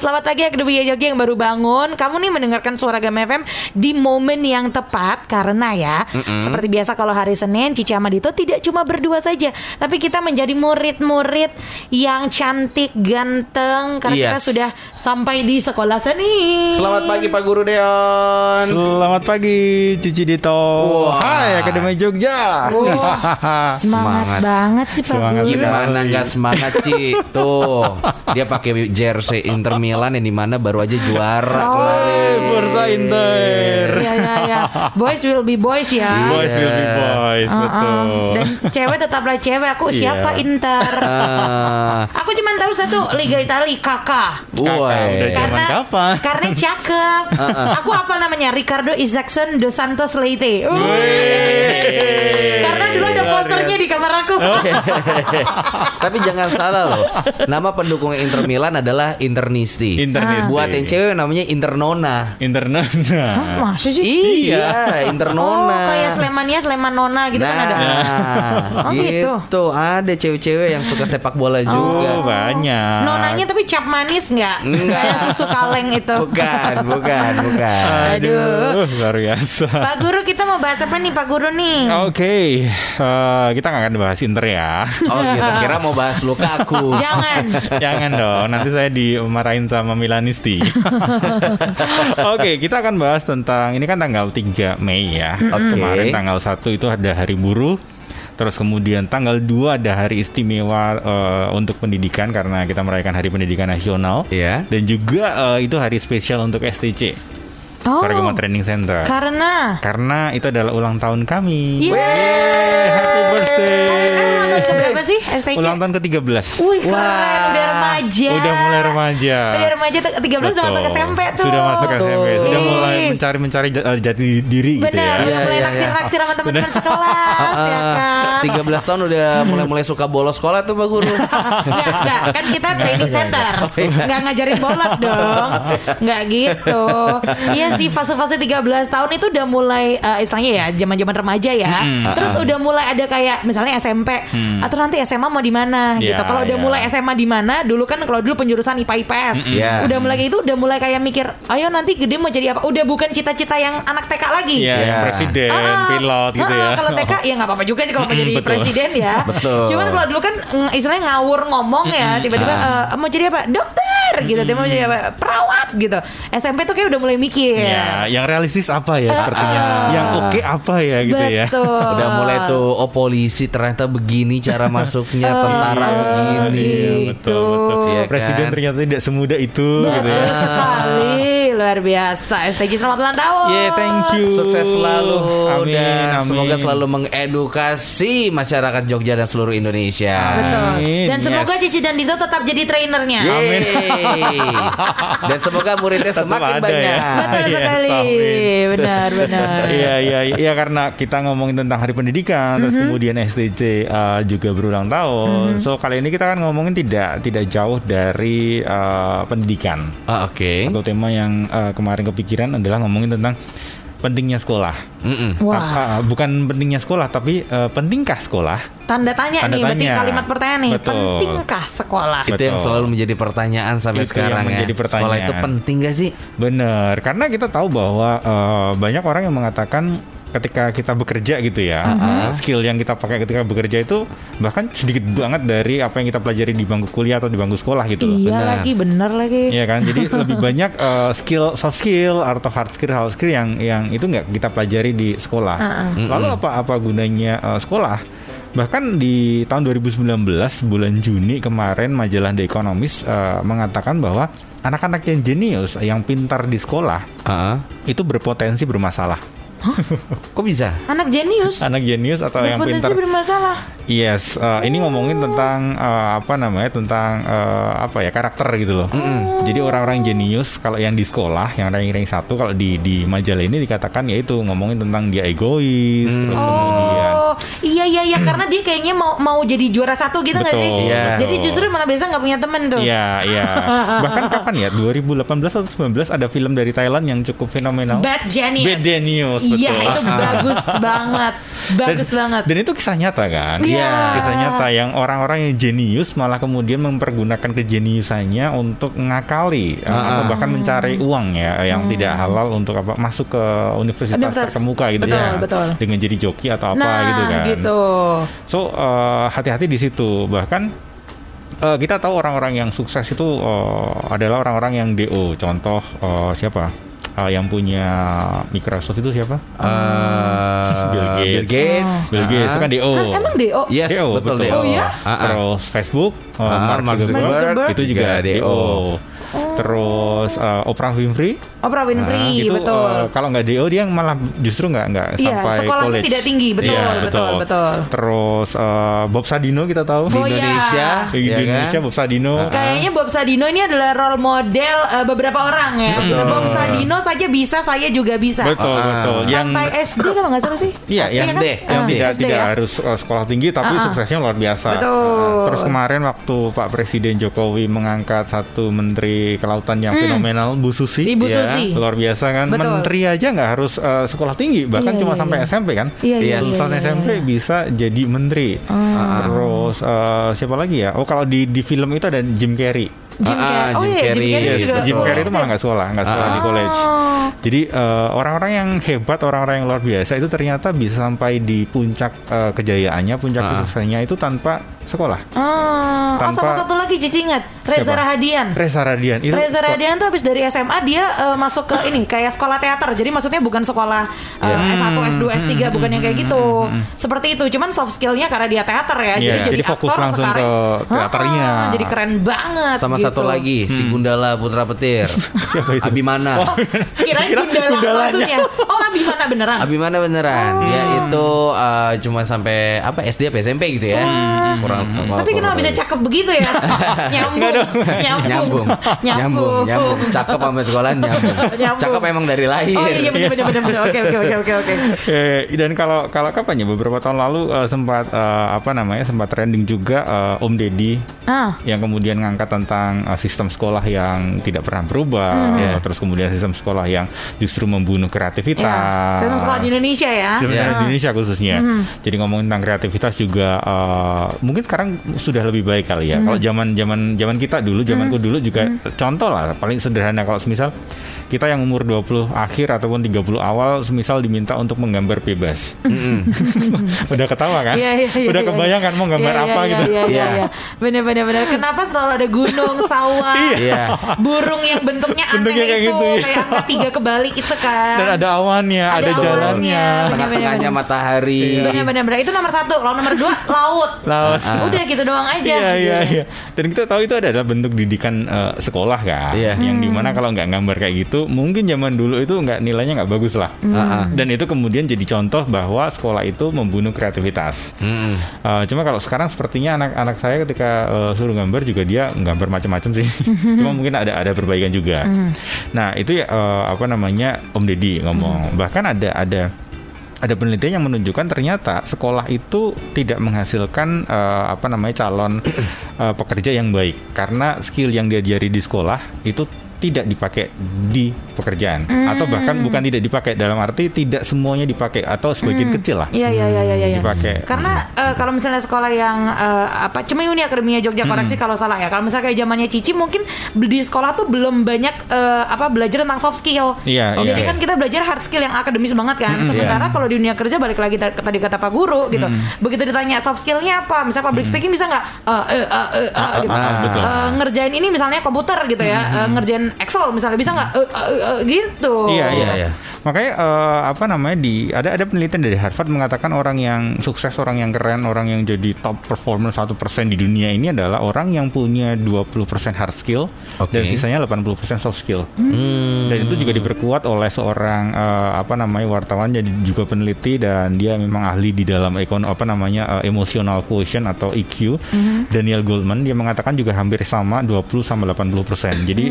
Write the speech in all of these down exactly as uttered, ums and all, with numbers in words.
Selamat pagi Akademi Jogja yang baru bangun. Kamu nih mendengarkan suara Gama F M di momen yang tepat. Karena ya Mm-mm. seperti biasa kalau hari Senin Cici sama Dito tidak cuma berdua saja, tapi kita menjadi murid-murid yang cantik, ganteng. Karena yes. kita sudah sampai di sekolah seni. Selamat pagi Pak Guru Deon. Selamat pagi Cici Dito. Wow. Hai Akademi Jogja. Wow. semangat, semangat banget sih Pak semangat Guru. Gimana gak semangat Ci? Tuh dia pakai jersey Inter Milan yang dimana baru aja juara oh, kemarin. Forza Inter. Ya ya ya. Boys will be boys ya. Boys will be boys, uh-uh. betul. Dan cewek tetaplah cewek. Aku yeah. siapa Inter? Uh. Aku cuma tahu satu Liga Italia Kakak. Udah zaman kapan? Karena cakep. Uh-uh. Aku hafal namanya Ricardo Isaacson dos Santos Leite. Karena dulu ada posternya di kamar aku. Tapi jangan salah loh. Nama pendukung Inter Milan adalah Internisti. Internisti. Buat yang cewek namanya Internona. Internona. Hah, masa sih? Iya, Internona. Oh, kayak Slemania, Sleman Nona gitu nah, kan ada. Oh gitu. gitu. Ada cewek-cewek yang suka sepak bola juga. Oh, banyak. Nonanya tapi cap manis enggak? Kayak susu kaleng itu. Bukan, bukan, bukan. Aduh, luar biasa. Pak Guru, kita mau bahas apa nih Pak Guru nih? Oke, okay. uh, kita nggak akan bahas Inter ya. Oh gitu, kira mau bahas Lukaku. Jangan. Jangan dong, nanti saya dimarahin sama Milanisti. Oke, okay, kita akan bahas tentang, ini kan tanggal tiga Mei ya. Okay. Kemarin tanggal satu itu ada Hari Buruh. Terus kemudian tanggal dua ada hari istimewa uh, untuk pendidikan karena kita merayakan Hari Pendidikan Nasional. Yeah. Dan juga uh, itu hari spesial untuk S T C. Oh, Sargama Training Center. Karena Karena itu adalah ulang tahun kami. Yeay. Yeay, happy birthday. Kan ulang tahun keberapa sih S T C? Ulang tahun ke tiga belas. Wih, keren, wow. Udah remaja. Udah mulai remaja. Udah remaja tiga belas udah masuk S M P tuh. Sudah masuk S M P, sudah mulai mencari-mencari jati diri. Benar, gitu ya. udah ya, mulai ya, naksir-naksir sama teman-teman sekelas ya kan. tiga belas tahun udah mulai-mulai suka bolos sekolah tuh Pak Guru. Enggak, enggak, kan kita training center. Enggak ngajarin bolos dong. Enggak gitu. Iya sih, fase-fase tiga belas tahun itu udah mulai uh, istilahnya ya zaman-zaman remaja ya. Hmm. Terus uh-uh. udah mulai ada kayak misalnya S M P hmm. atau nanti S M A mau di mana yeah, gitu. Kalau udah yeah. mulai S M A di mana, dulu kan kalau dulu penjurusan I P A I P S. Yeah. Udah mulai kayak itu udah mulai kayak mikir, ayo nanti gede mau jadi apa? Udah bukan cita-cita yang anak T K lagi. Iya, yeah, presiden, uh-uh. pilot gitu uh-uh. ya. Kalau T K ya enggak apa-apa juga sih kalau mau jadi betul. presiden ya. Betul. Cuman kalau dulu kan istilahnya ngawur ngomong ya, tiba-tiba uh, mau jadi apa? Dokter gitu, dia mau jadi apa? Perawat gitu. S M P tuh kayak udah mulai mikir. Ya, yang realistis apa ya sepertinya. Uh, yang oke okay apa ya gitu betul. ya. Udah mulai tuh oh polisi ternyata begini cara masuknya, oh, tentara iya, begini. Iya, betul betul. Iya, presiden kan? ternyata tidak semudah itu betul gitu ya. sekali, luar biasa. S T J selamat ulang tahun. Yeah, thank you. Sukses selalu amin, dan amin. semoga selalu mengedukasi masyarakat Jogja dan seluruh Indonesia. Betul. Dan semoga yes. Cici dan Dito tetap jadi trainernya. Amin. Dan semoga muridnya tetap semakin ada banyak. ya. Betul Yes, sekali. amin. Benar, benar. Iya, iya, iya karena kita ngomongin tentang Hari Pendidikan, mm-hmm. terus kemudian S T C uh, juga berulang tahun. Mm-hmm. So kali ini kita kan ngomongin tidak tidak jauh dari uh, pendidikan. Oh, oke. Okay. Satu tema yang uh, kemarin kepikiran adalah ngomongin tentang pentingnya sekolah. Wah. Uh, bukan pentingnya sekolah, tapi uh, pentingkah sekolah? Tanda tanya Tanda nih, berarti tanya. kalimat pertanyaan nih. Betul. Pentingkah sekolah? Itu yang selalu menjadi pertanyaan sampai itu sekarang ya. Sekolah itu penting gak sih? Bener, karena kita tahu bahwa uh, banyak orang yang mengatakan ketika kita bekerja gitu ya, uh-huh. skill yang kita pakai ketika bekerja itu bahkan sedikit banget dari apa yang kita pelajari di bangku kuliah atau di bangku sekolah gitu. Iya bener. lagi, bener lagi. Iya kan, jadi lebih banyak uh, skill soft skill atau hard skill hard skill yang yang itu nggak kita pelajari di sekolah. Uh-uh. Lalu apa apa gunanya uh, sekolah? Bahkan di tahun dua ribu sembilan belas bulan Juni kemarin majalah The Economist uh, mengatakan bahwa anak-anak yang jenius, yang pintar di sekolah uh-uh. itu berpotensi bermasalah. Hah? Kok bisa? Anak jenius. Anak jenius atau yang pintar bermasalah. Yes, uh, ini ngomongin tentang uh, apa namanya? Tentang uh, apa ya? Karakter gitu loh. Mm-hmm. Jadi orang-orang jenius kalau yang di sekolah, yang ranking satu kalau di di majalah ini dikatakan yaitu ngomongin tentang dia egois, mm. terus oh. kemudian iya iya iya karena dia kayaknya mau mau jadi juara satu gitu nggak sih? Betul, Iya. Jadi justru malah biasa nggak punya temen tuh. Iya, iya. Bahkan kapan ya? dua ribu delapan belas atau sembilan belas ada film dari Thailand yang cukup fenomenal. Bad Genius. Bad Genius, Iya betul. itu bagus banget, bagus dan, banget. Dan itu kisah nyata kan? Iya. Kisah nyata yang orang-orang yang jenius malah kemudian mempergunakan kejeniusannya untuk ngakali Ah. atau bahkan mencari uang ya yang Hmm. tidak halal untuk apa masuk ke universitas, Universitas. terkemuka gitu Betul, ya. betul. Dengan jadi joki atau apa Nah, gitu kan. gitu. So eh, hati-hati di situ. Bahkan eh, kita tahu orang-orang yang sukses itu eh, adalah orang-orang yang D O. Contoh eh, siapa? Eh, yang punya Microsoft itu siapa? Eh, Bill Gates. Bill Gates. Bill Gates itu kan D O. Hah, emang D O? Yes, D O, betul, betul. D O. Oh, iya? Ah, ah. Terus Facebook, eh, Ah, Mark Mark Zuckerberg, Zuckerberg itu juga juga D O. D O. Terus eh, Oprah Winfrey, Oprah Winfrey, itu betul. eh, kalau nggak D O dia malah justru nggak nggak Iya, sampai sekolahnya college. tidak tinggi, betul, Iya, betul, betul. Terus eh, Bob Sadino kita tahu Oh, Di iya. Indonesia, di ya Indonesia kan? Bob Sadino. Kayaknya Bob Sadino ini adalah role model uh, beberapa orang ya. Betul. Bob Sadino saja bisa, saya juga bisa. Betul Ah. betul. Yang Sampai S D kalau nggak salah sih. Iya, yang kan? S D, yang Ah, tidak S D tidak ya. harus uh, sekolah tinggi tapi Ah, ah. suksesnya luar biasa. Betul. Terus kemarin waktu Pak Presiden Jokowi mengangkat satu menteri kelautan yang fenomenal, Bu Susi. Ibu Iya. Susi. Luar biasa kan. Betul. Menteri aja nggak harus uh, sekolah tinggi, bahkan Iya, cuma iya, sampai iya. S M P kan. Iya, iya, Yes. iya, Lulusan iya, S M P iya. bisa jadi menteri. Terus uh, siapa lagi ya? Oh kalau di di film itu ada Jim Carrey. Jim Ah, ah, Carrey. Oh Jim iya, Jim Carrey. Carrey Yes, juga. Jim Oh, Carrey itu malah nggak sekolah, nggak sekolah di Oh. college. Jadi eh, orang-orang yang hebat, orang-orang yang luar biasa itu ternyata bisa sampai di puncak eh, kejayaannya, puncak Ah. kesuksesannya itu tanpa sekolah. Oh, oh Tanpa- sama satu lagi Cici ingat, Reza Siapa? Rahadian. Reza Radian itu Reza seko- Radian tuh habis dari S M A dia eh, masuk ke ini kayak sekolah teater. Jadi maksudnya bukan sekolah eh, Yeah. S satu, S dua, S tiga bukan yang kayak gitu. Seperti itu. Cuman soft skillnya karena dia teater ya. Iya, jadi jadi fokus aktor langsung sekarang. ke teaternya. Ah, jadi keren banget. Sama gitu. satu lagi, si Gundala Putra Petir. Siapa itu? Abimana. Kirain Kira Gundala Gundalanya. maksudnya. Oh, Abimana beneran. Abimana beneran. Dia itu uh, cuma sampai apa S D apa S M P gitu ya. Kurang. Tapi kenapa bisa cakep begitu ya? Nyambung. Nyambung. Nyambung. Nyambung. Nyambung. Cakep sama sekolah nyambung. Nyambung. Cakep emang dari lahir. Oh iya benar benar benar benar. Oke oke oke oke oke. Eh, dan kalau kalau kapan ya beberapa tahun lalu eh, sempat eh, apa namanya sempat trending juga eh, Om Deddy Ah. yang kemudian ngangkat tentang uh, sistem sekolah yang tidak pernah berubah, Yeah. terus kemudian sistem sekolah yang justru membunuh kreativitas. Ya. Sistem sekolah di Indonesia ya. Sistem sekolah Yeah. di Indonesia khususnya. Jadi ngomongin tentang kreativitas juga uh, mungkin sekarang sudah lebih baik kali ya. Kalau zaman zaman zaman kita dulu, zamanku dulu juga contoh lah paling sederhana kalau semisal kita yang umur dua puluh akhir ataupun tiga puluh awal semisal diminta untuk menggambar bebas. Udah ketawa kan? Iya, iya, iya, Udah iya. kebayang kan mau gambar Iya, apa iya, gitu. Iya, iya, Iya. iya. Bener, bener, bener. Kenapa selalu ada gunung, sawah, Iya. burung yang bentuknya aneh Bentuknya kayak itu, gitu, iya. kayak angka tiga kebalik itu kan. Dan ada awannya, Ada ada, jalannya. awannya. Tengah-tengahnya matahari. Bener, bener, bener. Itu nomor satu. Kalau nomor dua, laut. Laut. Ah. Udah gitu doang aja. Iya iya iya. Dan kita tahu itu adalah bentuk didikan eh, sekolah kan. Iya. Yang dimana kalau nggak gambar kayak gitu, mungkin zaman dulu itu nggak nilainya nggak bagus lah. Ah, ah. Dan itu kemudian jadi contoh bahwa sekolah itu membunuh kreativitas. Mm-mm. Eh, cuma kalau sekarang sepertinya anak-anak saya ketika eh, suruh gambar juga dia gambar macam-macam sih. Cuma mungkin ada ada perbaikan juga. Nah itu ya eh, apa namanya Om Deddy ngomong. Bahkan ada ada ada penelitian yang menunjukkan ternyata sekolah itu tidak menghasilkan eh, apa namanya calon eh, pekerja yang baik karena skill yang diajari di sekolah itu tidak dipakai di pekerjaan atau bahkan bukan tidak dipakai dalam arti tidak semuanya dipakai atau sebagian kecil lah Iya, iya, iya, iya, iya. dipakai. Karena eh, kalau misalnya sekolah yang eh, apa Cemeyuni Akademia Jogja, koreksi kalau salah ya. Kalau misalnya kayak zamannya Cici mungkin di sekolah tuh belum banyak eh, apa belajar tentang soft skill. Iya, Oh, iya. Jadi kan kita belajar hard skill yang akademis banget kan. Sementara kalau di dunia kerja balik lagi ta- ke tadi kata Pak Guru gitu. Begitu ditanya soft skillnya apa, misalnya public speaking bisa nggak eh, eh, eh, eh, eh, gitu. ah, betul. Eh, ngerjain ini misalnya komputer gitu ya, eh, ngerjain Excel misalnya bisa nggak Eh, eh, eh, gitu. Iya, iya, iya. Makanya eh, apa namanya di ada ada penelitian dari Harvard mengatakan orang yang sukses, orang yang keren, orang yang jadi top performer satu persen di dunia ini adalah orang yang punya dua puluh persen hard skill Oke. dan sisanya delapan puluh persen soft skill. Hmm. Dan itu juga diperkuat oleh seorang eh, apa namanya wartawan jadi juga peneliti dan dia memang ahli di dalam ekon apa namanya eh, emotional quotient atau E Q. Daniel Goldman dia mengatakan juga hampir sama dua puluh sampai delapan puluh persen. Jadi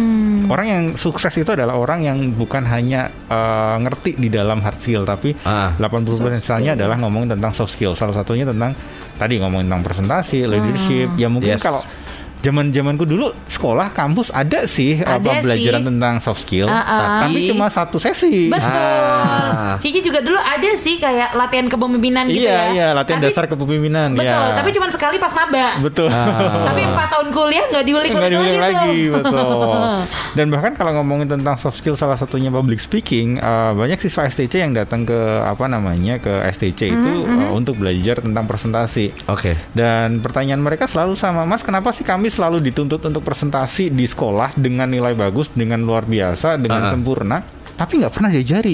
Orang yang sukses itu adalah orang yang bukan hanya uh, ngerti di dalam hard skill, tapi Ah. delapan puluh persen sisanya adalah ngomongin tentang soft skill. Salah satunya tentang tadi ngomongin tentang presentasi, leadership. Ya mungkin Yes. kalau zaman-zamanku dulu sekolah kampus ada sih Ada apa pelajaran sih. tentang soft skill, Ah, ah. tapi cuma satu sesi. Betul. Ah. Cici juga dulu ada sih kayak latihan kepemimpinan gitu Iya, ya. iya, latihan Tapi- dasar kepemimpinan. Betul, ya. tapi cuma sekali pas maba. Betul. Tapi empat tahun kuliah nggak diulik-ulik Nggak diulik lagi, lagi, tuh. betul. Dan bahkan kalau ngomongin tentang soft skill, salah satunya public speaking, uh, banyak siswa S T C yang datang ke apa namanya ke S T C itu uh, untuk belajar tentang presentasi. Oke. Dan pertanyaan mereka selalu sama, Mas, kenapa sih kami selalu dituntut untuk presentasi di sekolah dengan nilai bagus, dengan luar biasa, dengan Uh-uh. sempurna, tapi nggak pernah diajari.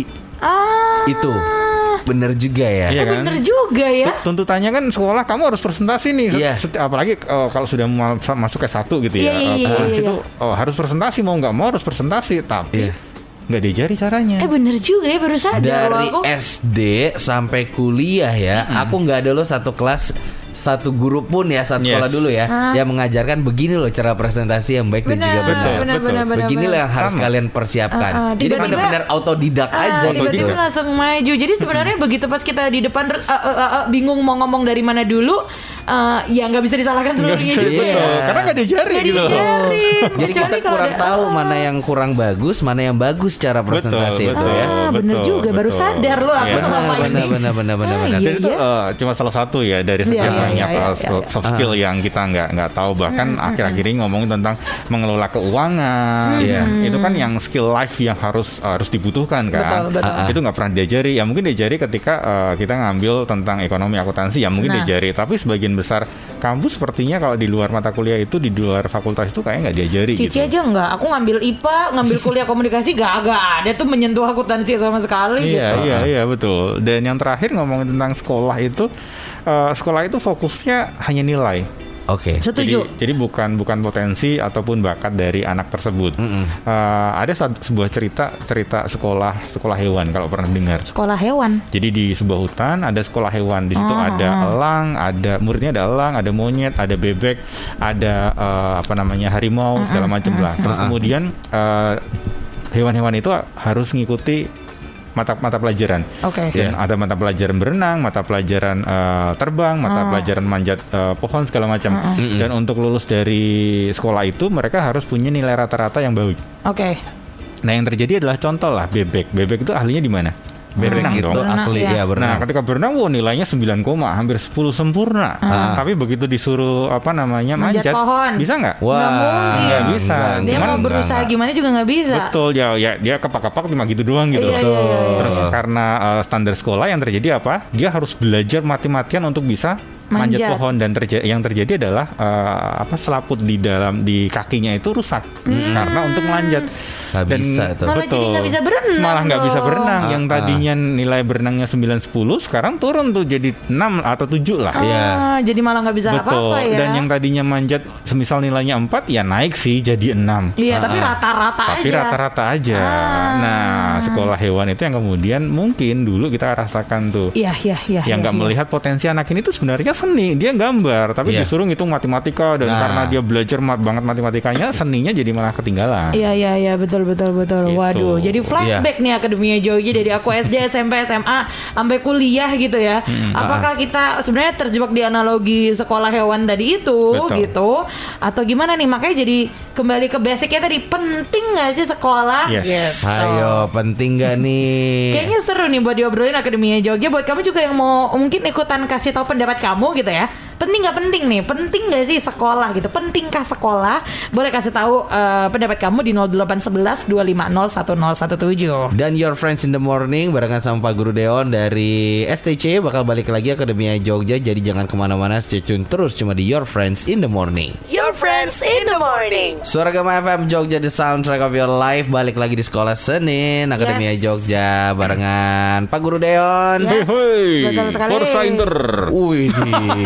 Ah, Itu bener juga ya. Iya eh, kan? bener juga ya. Tut- Tuntutannya kan sekolah kamu harus presentasi nih, Set- Iya. set- apalagi uh, kalau sudah ma- masuk S satu gitu ya. Iya, iya, Uh, iya, Provence iya, itu oh, harus presentasi, mau nggak mau harus presentasi, tapi Iya. nggak diajari caranya. Eh bener juga ya, baru sadar Dari loh aku. S D sampai kuliah ya, aku nggak ada loh satu kelas, satu guru pun ya, satu Yes. sekolah dulu ya, Ah. yang mengajarkan begini loh cara presentasi yang baik dan Benar, juga benar. Betul, benar, betul. benar, benar, Beginilah benar. yang harus Sama. kalian persiapkan. Ah, ah, Jadi tiba-tiba- benar-benar autodidak Ah, aja gitu. tiba-tiba langsung maju. Jadi sebenarnya begitu pas kita di depan uh, uh, uh, uh, bingung mau ngomong dari mana dulu, uh, ya nggak bisa disalahkan Nggak seluruhnya bisa, juga. Iya. betul. Karena nggak diajari Nggak gitu loh. diajari. Jadi Kecuali kita kalau kurang ada- tahu ah. mana yang kurang bagus, mana yang bagus cara presentasi itu betul. ya. Ah, bener Betul, juga. Baru betul. sadar loh aku Iya. selama Benar, ini. benar, benar, benar, benar, Ah, benar. iya, Dan itu iya. uh, cuma salah satu ya dari sekian Iya, iya, banyak iya, uh, iya, soft- iya. soft skill yang kita nggak nggak tahu. Bahkan akhir-akhir ini ngomongin tentang mengelola keuangan. Iya. Itu kan yang skill life yang harus harus dibutuhkan kan. Betul, betul. Ah, ah. Itu nggak pernah diajari. Ya mungkin diajari ketika uh, kita ngambil tentang ekonomi akuntansi. Ya mungkin Nah. diajari. Tapi sebagian besar kampus sepertinya kalau di luar mata kuliah itu, di luar fakultas itu kayaknya nggak diajari Cici gitu. aja enggak, aku ngambil I P A, ngambil kuliah komunikasi gak, gak ada tuh menyentuh akuntansi sama sekali Iya, gitu. iya, iya, betul. Dan yang terakhir ngomongin tentang sekolah itu, uh, sekolah itu fokusnya hanya nilai. Oke. Setuju. Jadi, jadi bukan bukan potensi ataupun bakat dari anak tersebut. Mm-mm. Uh, ada suatu- sebuah cerita cerita sekolah sekolah hewan kalau pernah dengar. Sekolah hewan. Jadi di sebuah hutan ada sekolah hewan. Di situ Ah, ada ah. elang, ada muridnya ada elang, ada monyet, ada bebek, ada uh, apa namanya harimau segala macam lah. Terus Ah, ah. kemudian uh, hewan-hewan itu harus ngikuti mata mata pelajaran. Oke. Dan Iya. ada mata pelajaran berenang, mata pelajaran eh, terbang, mata pelajaran manjat eh, pohon segala macam. Mm-mm. Dan untuk lulus dari sekolah itu mereka harus punya nilai rata-rata yang baik. Oke. Nah, yang terjadi adalah contoh lah bebek. Bebek itu ahlinya di mana? Berenang itu dong. Berenang, ahli iya. ya berenang. Nah, ketika berenang, wah nilainya sembilan koma, hampir sepuluh sempurna. Ah. Tapi begitu disuruh apa namanya Manjat manjat, pohon. bisa nggak? Wah, Nggak mungkin. Nggak bisa. enggak, Dia Cuman mau enggak, berusaha enggak. gimana juga nggak bisa. Betul, ya, ya dia kepak-kepak cuma gitu doang gitu. Iya, iya, iya, iya. Terus karena uh, standar sekolah yang terjadi apa? Dia harus belajar mati-matian untuk bisa manjat, Manjat. pohon, dan terja- yang terjadi adalah uh, apa selaput di dalam di kakinya itu rusak karena untuk melanjat. Nggak bisa tuh. Malah jadi nggak bisa berenang Malah nggak bisa dong. berenang. Yang Ah, tadinya nilai berenangnya sembilan sepuluh sekarang turun tuh jadi enam atau tujuh lah. Iya. Ah, jadi malah nggak bisa Betul. apa-apa ya. Dan yang tadinya manjat semisal nilainya empat ya naik sih jadi enam. Iya, tapi Ah, ah. rata-rata Tapi aja. rata-rata aja. Ah. Nah, sekolah hewan itu yang kemudian mungkin dulu kita rasakan tuh. Iya, iya, iya. Yang iya, nggak iya. melihat potensi anak ini tuh sebenarnya seni, dia gambar, tapi Iya. disuruh ngitung matematika, dan Nah. karena dia belajar mat banget matematikanya, seninya jadi malah ketinggalan. Iya, iya, iya, betul, betul, betul. Gitu. Waduh, jadi flashback nih Akademia Jogja dari aku S D, S M P, S M A sampai kuliah gitu ya. Apakah kita sebenarnya terjebak di analogi sekolah hewan tadi itu Betul. gitu, atau gimana nih? Makanya jadi kembali ke basicnya tadi, penting nggak sih sekolah? Yes. Gitu. Ayo, penting gak nih? Kayaknya seru nih buat diobrolin Akademia Jogja. Buat kamu juga yang mau mungkin ikutan kasih tahu pendapat kamu gitu ya. Penting nggak penting nih? Penting nggak sih sekolah gitu? Pentingkah sekolah? Boleh kasih tahu eh, pendapat kamu di nol delapan satu satu dua lima nol satu nol satu tujuh. Dan Your Friends in the Morning barengan sama Pak Guru Deon dari S T C bakal balik lagi Akademia Jogja. Jadi jangan kemana-mana, stay tune terus cuma di Your Friends in the Morning. Your friends in the morning. Suara Gama F M Jogja, the soundtrack of your life. Balik lagi di Sekolah Senin Akademia Yes. Jogja barengan Pak Guru Deon. Yes. Hei, Betul sekali. Forza Inter. Wih, di- masih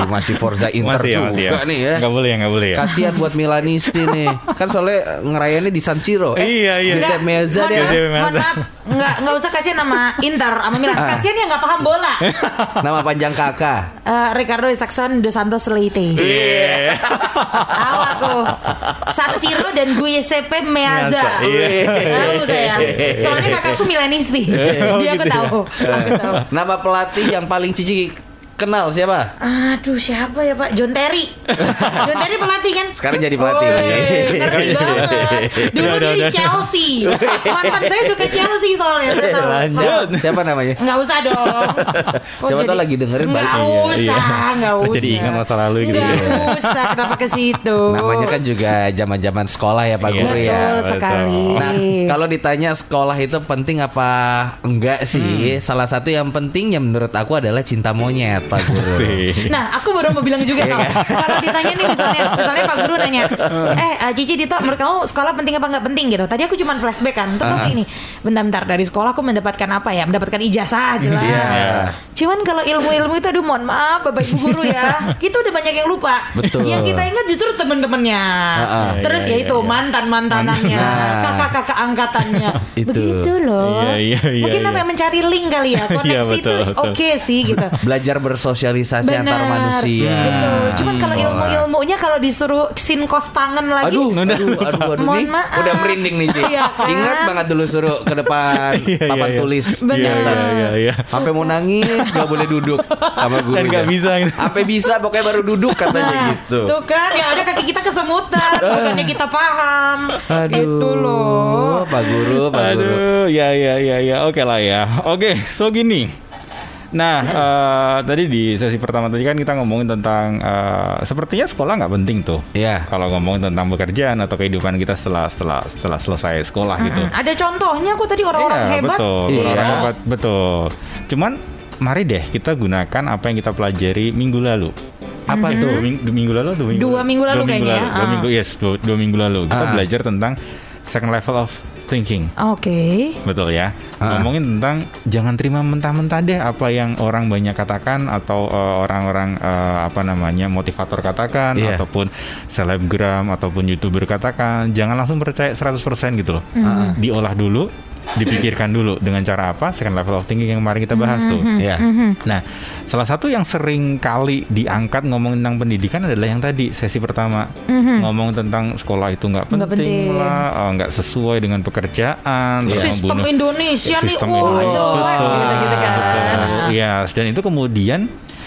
Forza Inter Masih ya, juga masih ya. nih ya. Nggak boleh ya, nggak boleh ya. Kasihan buat Milanisti nih. Kan soalnya ngerayainnya di San Siro. Iya, iya. Giuseppe Meazza mohon dia. maaf, Giuseppe mohon Meazza. maaf, nggak nggak usah kasihan sama Inter, sama Milan. Kasihan yang nggak paham bola. Nama panjang kakak. Eh, Ricardo Isaacson dos Santos Leite. Iya. Tahu aku. San Siro dan Giuseppe Meazza. Meazza, iya. Tahu saya. Soalnya kakakku Milanisti. Jadi aku gitu ya. tahu. Aku tahu. Nama pelatih yang paling Cici kenal siapa? Aduh, siapa ya Pak? John Terry. John Terry pelatih kan? Sekarang jadi pelatih. Woi, ngerti banget. Dulu Udah, udah, dia di udah. Chelsea. Mantan saya suka Chelsea soalnya. Saya tahu. Lanjut. Siapa namanya? Nggak usah dong. Kok Siapa tahu jadi- lagi dengerin Nggak balik. usah, Iya. nggak Terus usah. jadi ingat masa lalu gitu Nggak ya. usah, kenapa ke situ? Namanya kan juga zaman-zaman sekolah ya Pak Iya. Guru ya. Betul betul. sekali. Nah, kalau ditanya sekolah itu penting apa enggak sih? Salah satu yang penting yang menurut aku adalah cinta monyet, Pak Guru. Sih. Nah, aku baru mau bilang juga tau. Kalau ditanya nih misalnya, misalnya Pak Guru nanya, eh uh, Cici Dito, menurut kamu sekolah penting apa nggak penting gitu? Tadi aku cuma flashback kan, terus aku ini, bentar-bentar dari sekolah aku mendapatkan apa ya? Mendapatkan ijazah jelas. Iya. Cuman kalau ilmu-ilmu itu, aduh mohon maaf, Bapak Ibu Guru ya, kita udah banyak yang lupa. Betul. Yang kita ingat justru teman-temannya. Uh-uh. Terus Iya, ya iya, itu iya. mantan-mantanannya, Nah. kakak-kakak angkatannya. Itu. Begitu loh. Iya, iya, iya, Mungkin iya. namanya mencari link kali ya, koneksi Iya, itu betul, betul. oke sih gitu. Belajar bersosialisasi antar Benar. manusia. Betul. Cuman kalau Sekolah. ilmu-ilmunya kalau disuruh sinkos tangan lagi. Aduh, aduh, aduh, aduh, Mohon nih, maaf. udah merinding nih, Ci. Iya kan? Ingat banget dulu suruh ke depan Iya, iya, papan iya. tulis. Benar. Iya, iya, iya, iya. Sampai mau nangis gak boleh duduk sama gurunya. Dan nggak bisa gitu. Sampai bisa pokoknya baru duduk katanya Nah, gitu. tuh kan, ya ada kaki kita kesemutan, bukannya kita paham. Aduh, Gitu loh. Pak Guru, Pak Guru. Aduh, ya ya ya ya, oke lah ya. Oke, so gini. Nah, eh, tadi di sesi pertama tadi kan kita ngomongin tentang eh, sepertinya sekolah nggak penting tuh. Iya. Kalau ngomongin tentang pekerjaan atau kehidupan kita setelah setelah setelah selesai sekolah gitu. Mm, Ada contohnya kok tadi orang-orang Iya, hebat. betul. Iya. Orang hebat, betul. Cuman mari deh kita gunakan apa yang kita pelajari minggu lalu. Apa Itu tuh? ming- minggu lalu atau minggu Dua minggu lalu dua minggu kayaknya, lalu. Dua ah. minggu yes, dua, dua minggu lalu kita Ah. belajar tentang second level of thinking. Oke. Betul ya. Ah. Ngomongin tentang jangan terima mentah-mentah deh apa yang orang banyak katakan atau uh, orang-orang uh, apa namanya motivator katakan Iya. ataupun selebgram ataupun YouTuber katakan. Jangan langsung percaya seratus persen gitu loh. Ah. Diolah dulu, dipikirkan dulu dengan cara apa? Second level of thinking yang kemarin kita bahas tuh. Iya. Nah, salah satu yang sering kali diangkat ngomong tentang pendidikan adalah yang tadi sesi pertama ngomong tentang sekolah itu nggak Nggak penting, penting. lah, eh, nggak sesuai dengan pekerjaan, terus Sistem membunuh- Indonesia nih, sistem oh, Indonesia, jelek, betul, gitu-gitu kan. betul. Yes, dan itu kemudian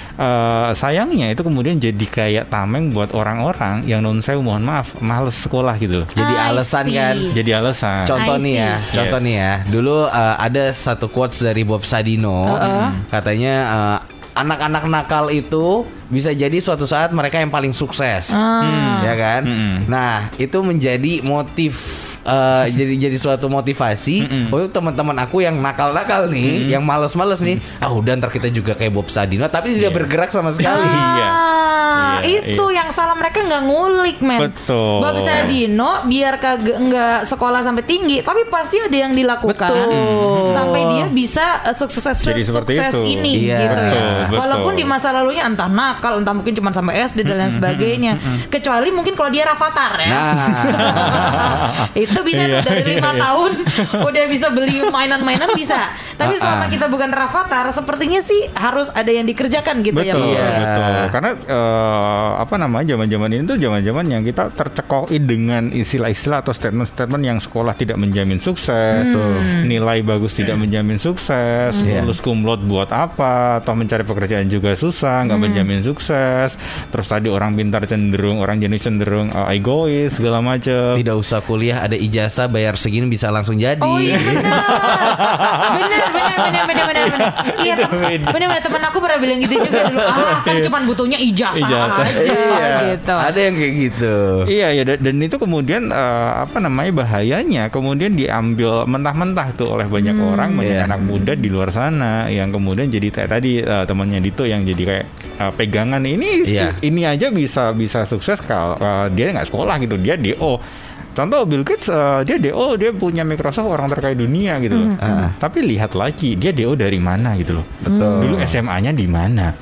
eh, sayangnya itu kemudian jadi kayak tameng buat orang-orang yang non saya mohon maaf males sekolah gitu loh. Jadi I alasan see. kan. Jadi alasan. Contoh I nih ya, see. contoh Yes. nih ya. Dulu uh, ada satu quotes dari Bob Sadino, katanya uh, anak-anak nakal itu bisa jadi suatu saat mereka yang paling sukses, Ah. ya kan? Mm-mm. Nah itu menjadi motif. uh, jadi jadi suatu motivasi untuk teman-teman aku yang nakal-nakal nih, yang males-males nih. Ah udah ntar kita juga kayak Bob Sadino, tapi tidak Iya. bergerak sama sekali. Iya. Ah, Iya, itu iya. yang salah mereka nggak ngulik, men. Betul. Bob Sadino biar kagak nggak sekolah sampai tinggi, tapi pasti ada yang dilakukan Betul. sampai dia bisa uh, sukses Jadi seperti sukses itu. ini, Iya. gitu ya. Betul, betul. Walaupun di masa lalunya entah nakal, entah mungkin cuma sampai S D dan lain sebagainya. Kecuali mungkin kalau dia Rafathar ya. Nah, Itu bisa tuh Iya, dari iya, lima iya. tahun udah bisa beli mainan-mainan bisa. Tapi Ah, selama ah. kita bukan Rafathar, sepertinya sih harus ada yang dikerjakan gitu ya. Betul, Bang. Iya. betul. Karena eh, apa namanya zaman-zaman ini tuh zaman-zaman yang kita tercekoki dengan istilah-istilah atau statement-statement yang sekolah tidak menjamin sukses, nilai bagus tidak menjamin sukses, Iya. lulus cum laude buat apa, atau mencari pekerjaan juga susah, nggak menjamin sukses. Terus tadi orang pintar cenderung, orang jenis cenderung eh, egois segala macam. tidak usah kuliah, ada ijazah bayar segini bisa langsung jadi. Oh iya benar. Benar benar benar benar benar. benar. Iya tem- benar benar teman aku pernah bilang gitu juga dulu. Ah kan cuman butuhnya ijazah, Ijazah. aja Iya, gitu. ada yang kayak gitu. Iya ya dan, dan itu kemudian eh, apa namanya bahayanya kemudian diambil mentah-mentah tuh oleh banyak orang banyak Iya. anak muda di luar sana yang kemudian jadi kayak tadi eh, temannya Dito yang jadi kayak eh, pegangan ini Iya. ini aja bisa bisa sukses kalau eh, dia nggak sekolah gitu dia D O Contoh Bill Gates uh, dia D O, dia punya Microsoft, orang terkaya dunia gitu loh. Mm-hmm. Uh, tapi lihat lagi dia D O dari mana gitu loh. Betul. Dulu S M A-nya di mana?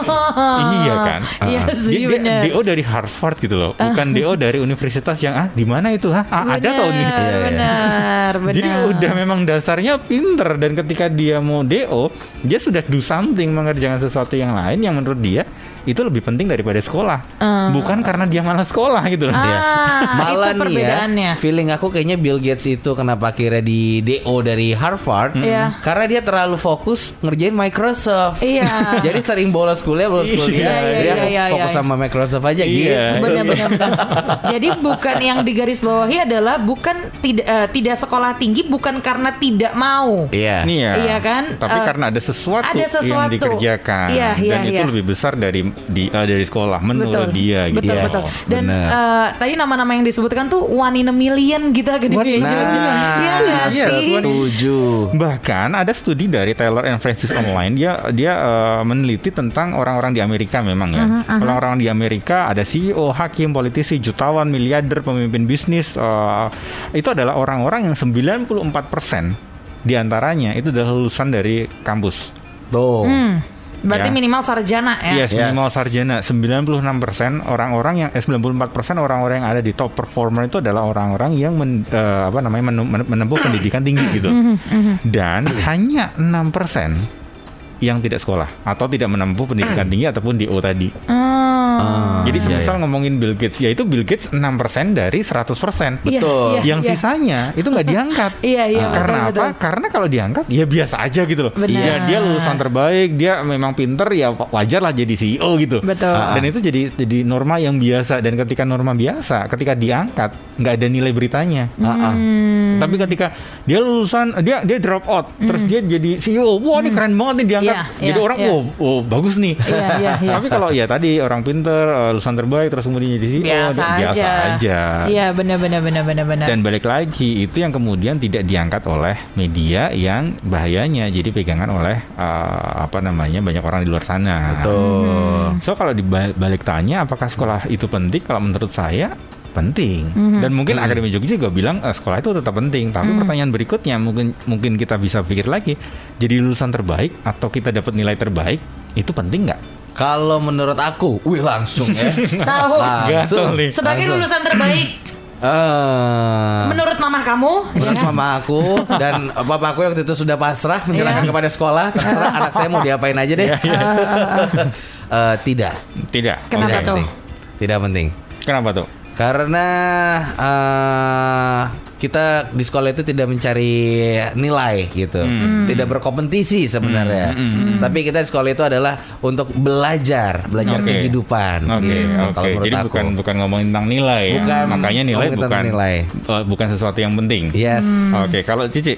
Iya kan? Iya Uh, sih, dia, dia bener. D O dari Harvard gitu loh, bukan D O dari universitas yang ah di mana itu ah, ah ada tahun ini. Benar, benar, benar. Jadi udah memang dasarnya pinter, dan ketika dia mau D O, dia sudah do something, mengerjakan sesuatu yang lain yang menurut dia itu lebih penting daripada sekolah. Uh. Bukan karena dia malas sekolah gitu loh. Ah, Ya. Malah itu nih ya, perbedaannya. feeling aku kayaknya Bill Gates itu kenapa akhirnya di D O dari Harvard? Iya. Karena dia terlalu fokus ngerjain Microsoft. Iya. Jadi sering bolos kuliah, bolos Iya, kuliah. iya, Jadi iya, aku iya, fokus iya. sama Microsoft aja gitu. Iya. Benar-benar. Jadi bukan yang digarisbawahi adalah bukan tidak eh, tidak sekolah tinggi bukan karena tidak mau. Iya. Iya. Iya kan? Tapi Eh, karena ada sesuatu, ada yang sesuatu. dikerjakan, Iya, iya, dan itu iya. lebih besar dari di, eh, dari sekolah menurut dia gitu. Betul, Yes, betul. Dan benar. eh, tadi nama-nama yang disebutkan tuh one in a million gitu One in a academia. million. Iya nggak Yes, sih? one- Setuju. Bahkan ada studi dari Taylor and Francis Online, dia dia eh, meneliti tentang orang-orang di Amerika memang ya. Orang-orang di Amerika ada C E O, hakim, politisi, jutawan, miliarder, pemimpin bisnis, eh, itu adalah orang-orang yang sembilan puluh empat persen diantaranya itu adalah lulusan dari kampus. Tuh. Hmm, berarti Ya. minimal sarjana ya. Yes, minimal Yes. sarjana. sembilan puluh enam persen orang-orang yang eh, sembilan puluh empat persen orang-orang yang ada di top performer itu adalah orang-orang yang men, eh, apa namanya menu- menempuh pendidikan tinggi gitu. Dan hanya enam persen yang tidak sekolah atau tidak menempuh pendidikan tinggi ataupun D O tadi. Hmm. Jadi iya, semisal iya. ngomongin Bill Gates, ya itu Bill Gates enam persen dari seratus persen. Iya, Betul. iya, Yang iya. sisanya itu nggak diangkat. Iya, iya, betul, Karena apa? betul. Karena kalau diangkat ya biasa aja gitu loh. Benar. Ya dia lulusan terbaik, dia memang pinter, ya wajar lah jadi C E O gitu. Betul. Dan itu jadi jadi norma yang biasa, dan ketika norma biasa, ketika diangkat nggak ada nilai beritanya. Ah, ah. Tapi ketika dia lulusan, dia dia drop out, terus dia jadi C E O, wah ini keren banget nih diangkat. Iya, Jadi iya, orang, iya. wow, oh bagus nih. Iya, iya, iya. Tapi kalau ya tadi orang pinter, eh, lulusan terbaik, terus kemudian jadi C E O, Biasa dia biasa aja. aja. Iya, benar benar benar benar benar. Dan balik lagi, itu yang kemudian tidak diangkat oleh media yang bahayanya jadi pegangan oleh eh, apa namanya banyak orang di luar sana. Betul. So kalau dibalik tanya apakah sekolah itu penting? Kalau menurut saya penting. Dan mungkin Akademi Jogja juga bilang eh, sekolah itu tetap penting. Tapi pertanyaan berikutnya mungkin mungkin kita bisa pikir lagi, jadi lulusan terbaik atau kita dapat nilai terbaik itu penting nggak? Kalau menurut aku, wih langsung ya. Tahu. Gatel nih. Sebagai Langsung. lulusan terbaik Eh, menurut mamah kamu, menurut ya? mama aku dan papa aku waktu itu sudah pasrah menyerahkan Iya. kepada sekolah, terserah anak saya mau diapain aja deh. Eh, tidak. Tidak. Kenapa Tidak tuh? penting. Tidak penting. Kenapa tuh? Karena eh, kita di sekolah itu tidak mencari nilai gitu, tidak berkompetisi sebenarnya. Tapi kita di sekolah itu adalah untuk belajar, belajar Oke. kehidupan. Oke, gitu, oke. Kalau menurut Jadi aku. bukan bukan ngomongin tentang nilai ya. Bukan Makanya nilai ngomongin bukan tentang nilai. eh, bukan sesuatu yang penting. Yes. Oke, kalau Cici.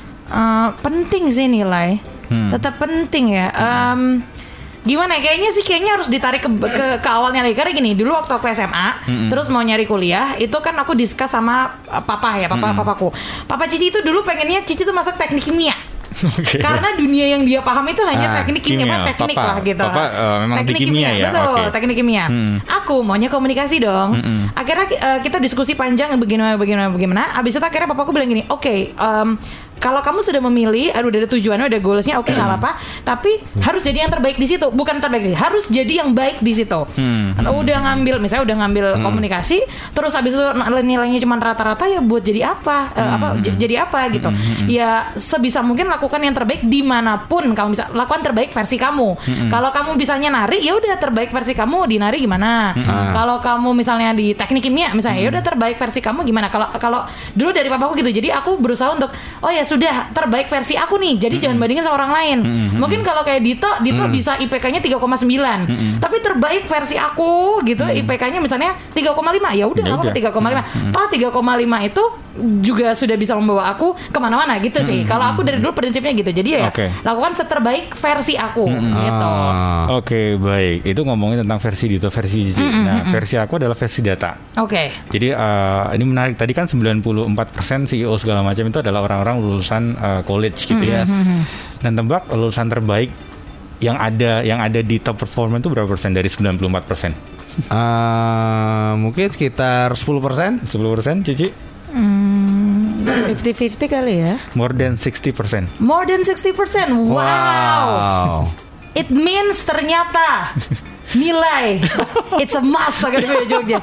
Eh, penting sih nilai, Hmm. tetap penting ya. Em, gimana ya? Kayaknya sih kayaknya harus ditarik ke, ke, ke awalnya lagi. Karena gini, dulu waktu aku S M A, terus mau nyari kuliah, itu kan aku diskus sama uh, papa ya, papa papaku. Papa Cici itu dulu pengennya Cici tuh masuk teknik kimia. Oke. Karena dunia yang dia paham itu hanya Ah, teknik kimia, kimia. apa teknik Papa- lah gitu. papa, eh, memang di kimia ya? Betul, Oke. teknik kimia. Hmm. Aku maunya komunikasi dong. Mm-mm. Akhirnya eh, kita diskusi panjang bagaimana bagaimana bagaimana. Abis itu akhirnya papaku bilang gini, oke, em, kalau kamu sudah memilih, aduh udah ada tujuannya, udah goalsnya, oke nggak apa-apa. Tapi harus jadi yang terbaik di situ, bukan terbaik sih, harus jadi yang baik di situ. Hmm. Udah ngambil, misalnya udah ngambil komunikasi, terus abis itu nilainya cuma rata-rata ya buat jadi apa? Eh, apa j- jadi apa gitu? Ya sebisa mungkin lakukan yang terbaik dimanapun kamu bisa lakukan terbaik versi kamu. Kalau kamu bisanya nari, ya udah terbaik versi kamu di nari gimana? Kalau kamu misalnya di teknik kimia, misalnya ya udah terbaik versi kamu gimana? Kalau kalau dulu dari papaku gitu, jadi aku berusaha untuk oh ya sudah terbaik versi aku nih. Jadi jangan bandingin sama orang lain. Mungkin kalau kayak Dito, Dito bisa I P K-nya tiga koma sembilan. Tapi terbaik versi aku gitu, I P K-nya misalnya tiga koma lima. Ya udah Ya nggak apa-apa udah. tiga koma lima. Toh tiga koma lima itu juga sudah bisa membawa aku kemana-mana gitu sih. Kalau aku dari dulu prinsipnya gitu. Jadi ya Oke. lakukan seterbaik versi aku gitu. Ah. Oke, baik. Itu ngomongin tentang versi Dito, versi Cici. Nah, versi aku adalah versi data. Oke. Jadi eh, ini menarik. Tadi kan sembilan puluh empat persen C E O segala macam itu adalah orang-orang lulusan eh, college gitu ya. Dan tebak lulusan terbaik yang ada yang ada di top performer itu berapa persen dari sembilan puluh empat persen? Eh, mungkin sekitar sepuluh persen. sepuluh persen, Cici? Hmm, fifty-fifty kali ya. More than sixty percent. More than sixty percent. Wow. Wow. It means ternyata nilai it's a must akan gue Jogja.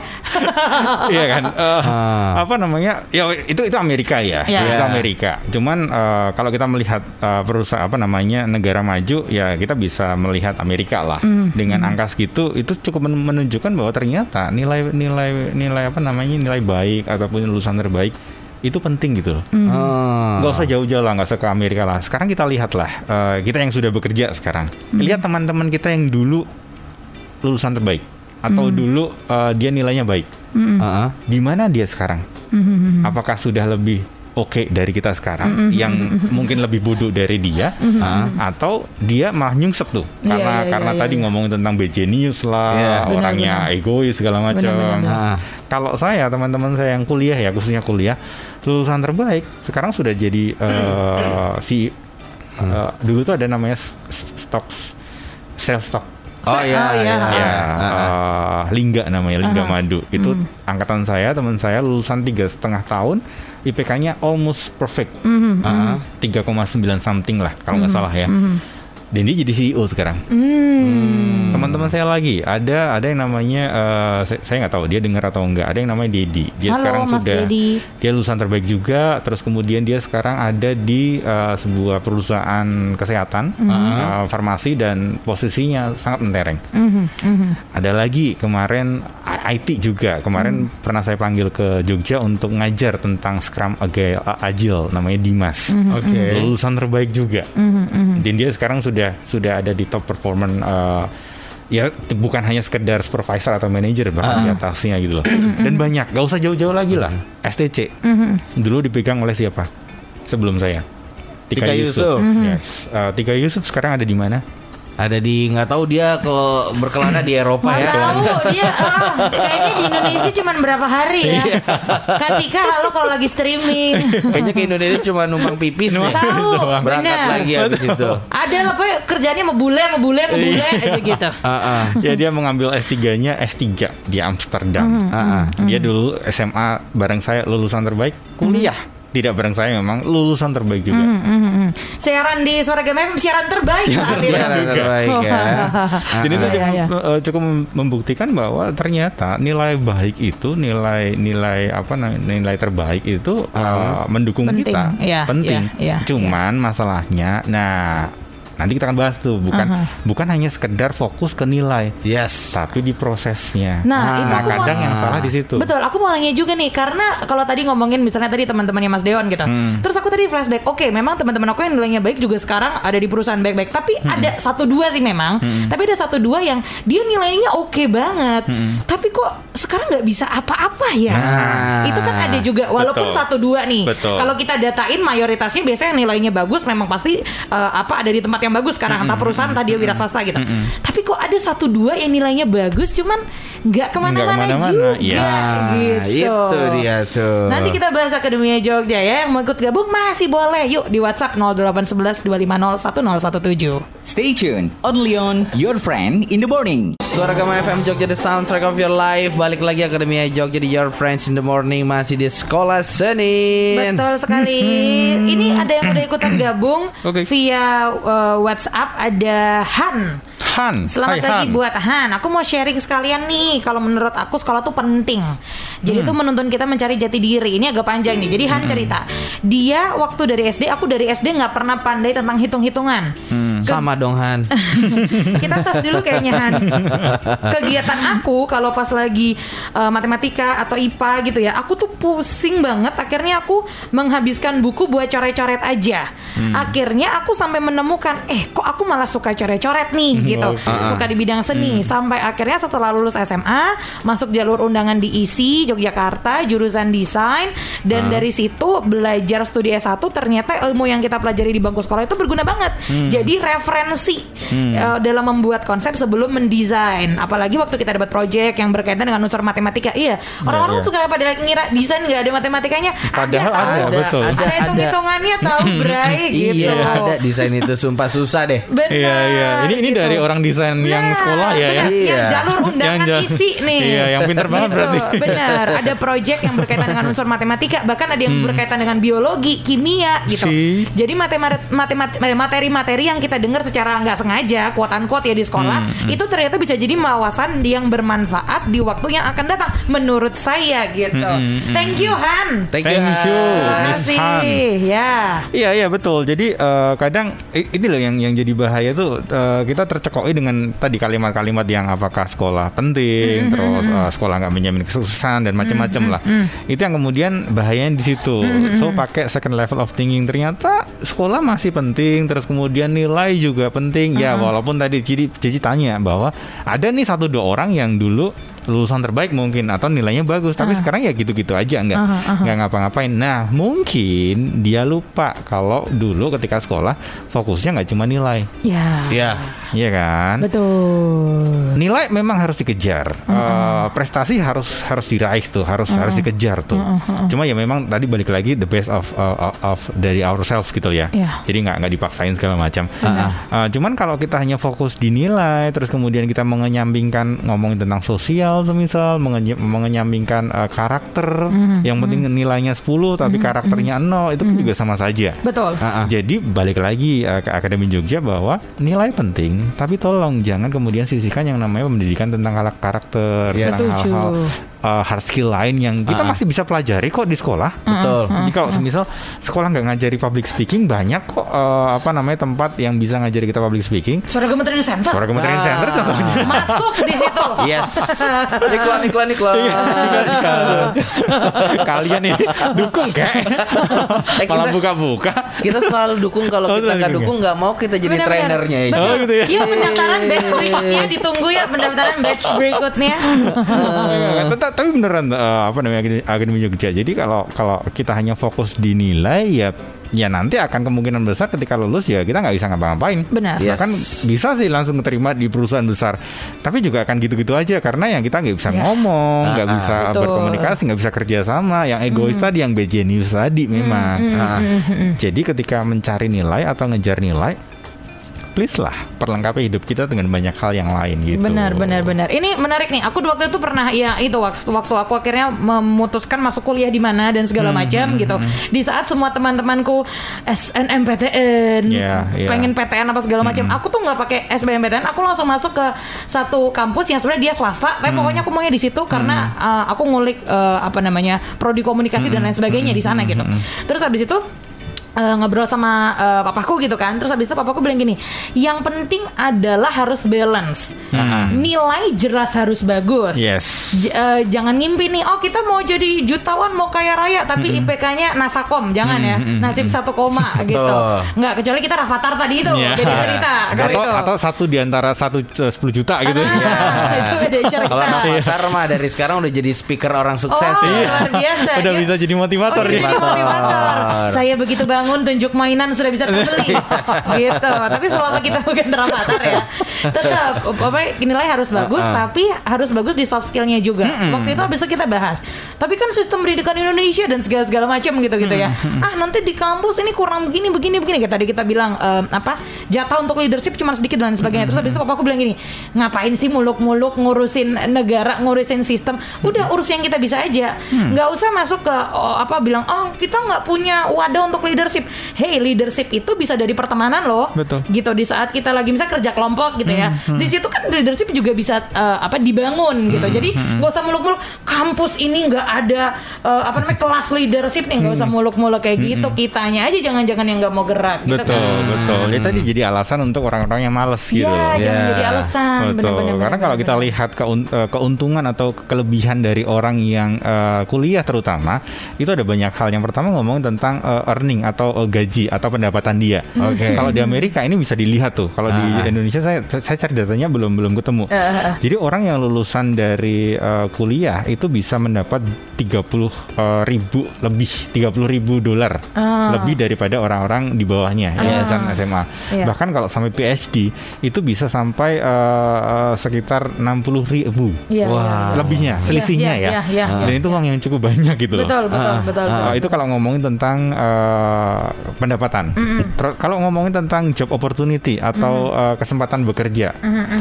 Iya kan? Uh, apa namanya? Ya itu itu Amerika ya. Yeah. Itu Amerika. Cuman uh, kalau kita melihat uh, perusahaan apa namanya negara maju, ya kita bisa melihat Amerika lah. Mm. Dengan mm. angka segitu itu cukup menunjukkan bahwa ternyata nilai nilai nilai apa namanya nilai baik ataupun lulusan terbaik itu penting gitu loh. Mm. Oh. Gak usah jauh-jauh lah, gak usah ke Amerika lah. Sekarang kita lihat lah, uh, kita yang sudah bekerja sekarang. Mm. Lihat teman-teman kita yang dulu lulusan terbaik atau mm. dulu uh, dia nilainya baik. Mm. Uh-huh. Di mana dia sekarang? Mm-hmm. Apakah sudah lebih oke okay dari kita sekarang mm-hmm. yang mungkin lebih bodoh dari dia mm-hmm. atau dia malah nyungsep tuh karena yeah, yeah, karena yeah, tadi yeah. ngomongin tentang genius lah, yeah, orangnya benar, egois segala macam. Nah, kalau saya teman-teman saya yang kuliah ya khususnya kuliah lulusan terbaik sekarang sudah jadi uh, si uh, dulu tuh ada namanya stocks sales stock. Oh iya, oh, iya. ya, uh, Lingga namanya, Lingga uh-huh. Madu. Itu mm. angkatan saya, teman saya lulusan tiga setengah tahun, I P K-nya almost perfect, mm-hmm. uh, tiga koma sembilan something lah kalau nggak mm-hmm. salah ya. Mm-hmm. Dan dia jadi C E O sekarang. Mm. Teman-teman saya lagi ada ada yang namanya uh, saya, saya nggak tahu dia dengar atau enggak. Ada yang namanya Dedi. Dia Halo, sekarang Mas sudah Dedi. Dia lulusan terbaik juga. Terus kemudian dia sekarang ada di uh, sebuah perusahaan kesehatan, mm-hmm. uh, farmasi dan posisinya sangat mentereng. Mm-hmm. Mm-hmm. Ada lagi kemarin I T juga. Kemarin mm. pernah saya panggil ke Jogja untuk ngajar tentang Scrum Agile, uh, Agile namanya Dimas. Mm-hmm. Oke. Okay. Lulusan terbaik juga. Mm-hmm. Dan dia sekarang sudah sudah ada di top performer uh, ya bukan hanya sekedar supervisor atau manager bahkan uh. di atasnya gitu loh. Dan banyak, gak usah jauh-jauh lagi lah. S T C mm-hmm. dulu dipegang oleh siapa sebelum saya? Tika, Tika Yusuf, Yusuf. Mm-hmm. Yes. uh, Tika Yusuf sekarang ada di mana? Ada di nggak tahu dia kalau berkelana di Eropa ya. Tahu dia ah, kayaknya di Indonesia cuma berapa hari ya. Ketika halo kalau lagi streaming. Kayaknya ke Indonesia cuma numpang pipis nih. Tahu. Berangkat bener. lagi habis itu. Ada lah pokoknya kerjanya ngebule ngebule ngebule aja gitu. Uh-uh. Ya dia mengambil S tiga-nya S tiga di Amsterdam. Mm-hmm. Uh-uh. Dia dulu S M A bareng saya lulusan terbaik, kuliah. Mm-hmm. Tidak bareng saya memang lulusan terbaik juga. Mm, mm, mm. Siaran di Suara Game F M siaran terbaik. Siaran, siaran terbaik ya. Jadi itu ya, cukup, ya. uh, cukup membuktikan bahwa ternyata nilai baik itu nilai nilai apa nilai terbaik itu uh, mendukung penting. kita Ya, penting. Ya, ya, Cuman ya. masalahnya, nah. Nanti kita akan bahas tuh, bukan uh-huh. bukan hanya sekedar fokus ke nilai, yes, tapi di prosesnya. Nah, nah, itu nah kadang mau, yang salah di situ. Betul, aku mau nanya juga nih, karena kalau tadi ngomongin misalnya tadi teman-temannya Mas Deon gitu, hmm. terus aku tadi flashback, oke, okay, memang teman-teman aku yang nilainya baik juga sekarang ada di perusahaan baik-baik, tapi hmm. ada satu dua sih memang, hmm. tapi ada satu dua yang dia nilainya oke okay banget, hmm. tapi kok sekarang nggak bisa apa-apa ya? Nah, itu kan ada juga, walaupun betul. satu dua nih, betul. Kalau kita datain mayoritasnya biasanya nilainya bagus, memang pasti uh, apa ada di tempat yang bagus sekarang, entah perusahaan tadi wira swasta gitu. Mm-hmm. Tapi kok ada satu dua yang nilainya bagus cuman nggak kemana-mana, kemana-mana juga ya, gitu. Itu dia tuh. Nanti kita bahas Akademia Jogja ya. Yang mau ikut gabung masih boleh. Yuk di WhatsApp nol delapan satu satu dua lima nol satu nol satu tujuh. Stay tuned only on your friend in the morning. Suara Gama F M Jogja, the soundtrack of your life. Balik lagi Akademia Jogja di Your Friends in the Morning, masih di Sekolah Senin. Betul sekali. Ini ada yang udah ikutan gabung okay. via uh, WhatsApp. Ada Han. Han. Selamat Hai, pagi Han. buat Han. Aku mau sharing sekalian nih. Kalau menurut aku sekolah tuh penting. Jadi itu hmm. menuntun kita mencari jati diri. Ini agak panjang nih. Jadi Han cerita, dia waktu dari S D, aku dari S D nggak pernah pandai tentang hitung-hitungan. Hmm, Ke- sama dong Han. Kita tes dulu kayaknya Han. Kegiatan aku kalau pas lagi uh, matematika atau I P A gitu ya, aku tuh pusing banget. Akhirnya aku menghabiskan buku buat coret-coret aja. Hmm. Akhirnya aku sampai menemukan, eh kok aku malah suka coret-coret nih gitu, uh-uh. suka di bidang seni. Hmm. Sampai akhirnya setelah lulus S M A, masuk jalur undangan di I S I Yogyakarta, jurusan desain. Dan uh. dari situ belajar studi S satu, ternyata ilmu yang kita pelajari di bangku sekolah itu berguna banget. Hmm. Jadi referensi hmm. uh, dalam membuat konsep sebelum mendesain. Apalagi waktu kita dapat project yang berkaitan dengan unsur matematika. Iya, orang-orang yeah, yeah. suka pada ngira desain nggak ada matematikanya. Padahal ada, ada, betul. Ada, ada hitung-hitungannya tahu, Bray. Gitu. Iya, ada desain itu sumpah susah deh. Benar. Iya, iya. Ini ini gitu. dari orang orang desain yang Nah, sekolah ya ya. benar. Yang Iya. jalur undangan Yang ja- isi nih. Iya, yang pinter banget Gitu, berarti. Benar. Ada project yang berkaitan dengan unsur matematika, bahkan ada yang berkaitan dengan biologi, kimia gitu. Si. Jadi matematik materi-materi yang kita dengar secara nggak sengaja, quote unquote ya di sekolah, itu ternyata bisa jadi wawasan yang bermanfaat di waktu yang akan datang. Menurut saya gitu. Thank you Han. Thank you. Thank you, Terima Miss kasih. Han. Ya. Iya iya betul. Jadi uh, kadang i- ini loh yang yang jadi bahaya tuh uh, kita tercekoki dengan tadi kalimat-kalimat yang apakah sekolah penting, Mm-hmm. terus uh, sekolah nggak menjamin kesuksesan dan macam-macam lah. Itu yang kemudian bahayanya di situ. Mm-hmm. So pakai second level of thinking, ternyata sekolah masih penting, terus kemudian nilai juga penting. Ya walaupun tadi Cici, Cici tanya bahwa ada nih satu dua orang yang dulu lulusan terbaik mungkin atau nilainya bagus tapi sekarang ya gitu-gitu aja nggak Uh-huh, uh-huh. nggak ngapa-ngapain. Nah mungkin dia lupa kalau dulu ketika sekolah fokusnya nggak cuma nilai, Ya. Ya. iya kan? Betul. Nilai memang harus dikejar, Eh, prestasi harus harus diraih tuh, harus harus dikejar tuh. Cuma ya memang tadi balik lagi the best of of, of dari ourselves gitu ya. Iya. Jadi nggak nggak dipaksain segala macam. Eh, cuman kalau kita hanya fokus di nilai, terus kemudian kita mengenyampingkan ngomongin tentang sosial, semisal mengenye- mengenyampingkan eh, karakter, yang penting nilainya sepuluh tapi karakternya nol, itu kan juga sama saja. Betul. Jadi balik lagi uh, ke Akademi Jogja bahwa nilai penting, tapi tolong jangan kemudian sisihkan yang namanya pendidikan tentang karak- karakter, Yes. tentang Setuju. hal-hal uh, hard skill lain yang kita Ah. masih bisa pelajari kok di sekolah. Betul. Jadi kalau semisal sekolah nggak ngajari public speaking, banyak kok uh, apa namanya tempat yang bisa ngajari kita public speaking. Suara Gemeteran Center. Suara Kementerian Ah. Center contohnya. Masuk di situ. Yes. Iklan iklan iklan. Kalian ini dukung kayak Eh, malah kita- buka-buka. Kita selalu dukung kalau Oh, kita selalu nggak dukung dukung nggak mau kita jadi Benar-benar. trainernya ya. Betul. Oh, gitu ya. Yuk pendaftaran batch berikutnya ditunggu ya, pendaftaran batch berikutnya. Tetap, tapi beneran uh, apa namanya Akademi- Akademi Jogja. Jadi kalau kalau kita hanya fokus di nilai ya ya nanti akan kemungkinan besar ketika lulus ya kita nggak bisa ngapa-ngapain. Benar. Yes. Bahkan bisa sih langsung keterima di perusahaan besar. Tapi juga akan gitu-gitu aja karena yang kita nggak bisa Ya. ngomong, nggak Ah, bisa betul. berkomunikasi, nggak bisa kerja sama. Yang egois tadi, yang bejenius tadi memang. Nah, jadi ketika mencari nilai atau ngejar nilai, please lah perlengkapi hidup kita dengan banyak hal yang lain gitu. Benar, benar, benar. Ini menarik nih. Aku waktu itu pernah ya itu waktu waktu aku akhirnya memutuskan masuk kuliah di mana dan segala macam gitu. Di saat semua teman-temanku S N M P T N, Iya, iya. pengen P T N apa segala macam. Aku tuh nggak pakai S B M P T N. Aku langsung masuk ke satu kampus yang sebenarnya dia swasta. Tapi pokoknya aku maunya di situ karena uh, aku ngulik uh, apa namanya prodi komunikasi dan lain sebagainya di sana gitu. Terus habis itu Uh, ngobrol sama uh, papaku gitu kan. Terus habis itu papaku bilang gini, yang penting adalah harus balance. Nilai jelas harus bagus. Yes. J- uh, jangan ngimpi nih, oh kita mau jadi jutawan, mau kaya raya, tapi I P K-nya nasakom, jangan ya, nasib satu koma gitu. Nggak, kecuali kita Rafathar tadi itu, Iya. beda cerita. Kalau Atau, itu. atau satu di antara satu eh, sepuluh juta gitu. Ah, itu beda cerita. Kalau Rafathar mah dari sekarang udah jadi speaker orang sukses. Oh, ya. luar biasa. Udah Dia- bisa jadi motivator Oh, dia nih. jadi motivator. Saya begitu bangun tunjuk mainan sudah bisa terbeli. Gitu. Tapi selama kita bukan Rafathar ya, tetap apa nilai harus bagus, tapi harus bagus di soft skillnya juga. Waktu itu habis itu kita bahas. Tapi kan sistem pendidikan Indonesia dan segala segala macam gitu-gitu ya. Ah nanti di kampus ini kurang begini begini begini. Kayak tadi kita bilang em, apa jatah untuk leadership cuma sedikit dan sebagainya. Terus habis itu papa aku bilang gini, ngapain sih muluk-muluk ngurusin negara, ngurusin sistem? Udah urus yang kita bisa aja. Nggak usah masuk ke oh, apa bilang oh kita nggak punya wadah untuk leadership. Hey leadership itu bisa dari pertemanan loh. Betul. Gitu di saat kita lagi bisa kerja kelompok gitu ya. Di situ kan leadership juga bisa eh, apa dibangun gitu. Jadi nggak usah muluk-muluk kampus ini nggak ada eh, apa namanya kelas leadership nih, nggak usah muluk-muluk kayak gitu. Kitanya aja jangan-jangan yang nggak mau gerak gitu Betul, kan. betul. Ya tadi jadi alasan untuk orang-orang yang males gitu. Ya, jangan Ya. jadi alasan. Betul. Benar-benar. Karena kalau kita lihat keun- eh, keuntungan atau kelebihan dari orang yang eh, kuliah terutama, itu ada banyak hal. Yang pertama ngomong tentang eh, earning atau eh, gaji atau pendapatan dia. Oke. Kalau di Amerika ini bisa dilihat tuh. Kalau di Ah. Indonesia saya saya cari datanya belum belum ketemu. Jadi orang yang lulusan dari eh, kuliah itu bisa mendapat tiga puluh ribu lebih, tiga puluh ribu dolar Ah. lebih daripada orang-orang di bawahnya ya lulusan S M A. Iya. Bahkan kalau sampai P H D itu bisa sampai eh, eh, sekitar enam puluh ribu Iya, Wah. iya. lebihnya, selisihnya iya, ya. iya, iya, Dan iya. itu uang yang cukup banyak gitu loh. Betul, betul, Ah, betul, ah, betul. Uh, itu kalau ngomongin tentang uh, uh, pendapatan. Ter- kalau ngomongin tentang job opportunity atau uh, kesempatan bekerja,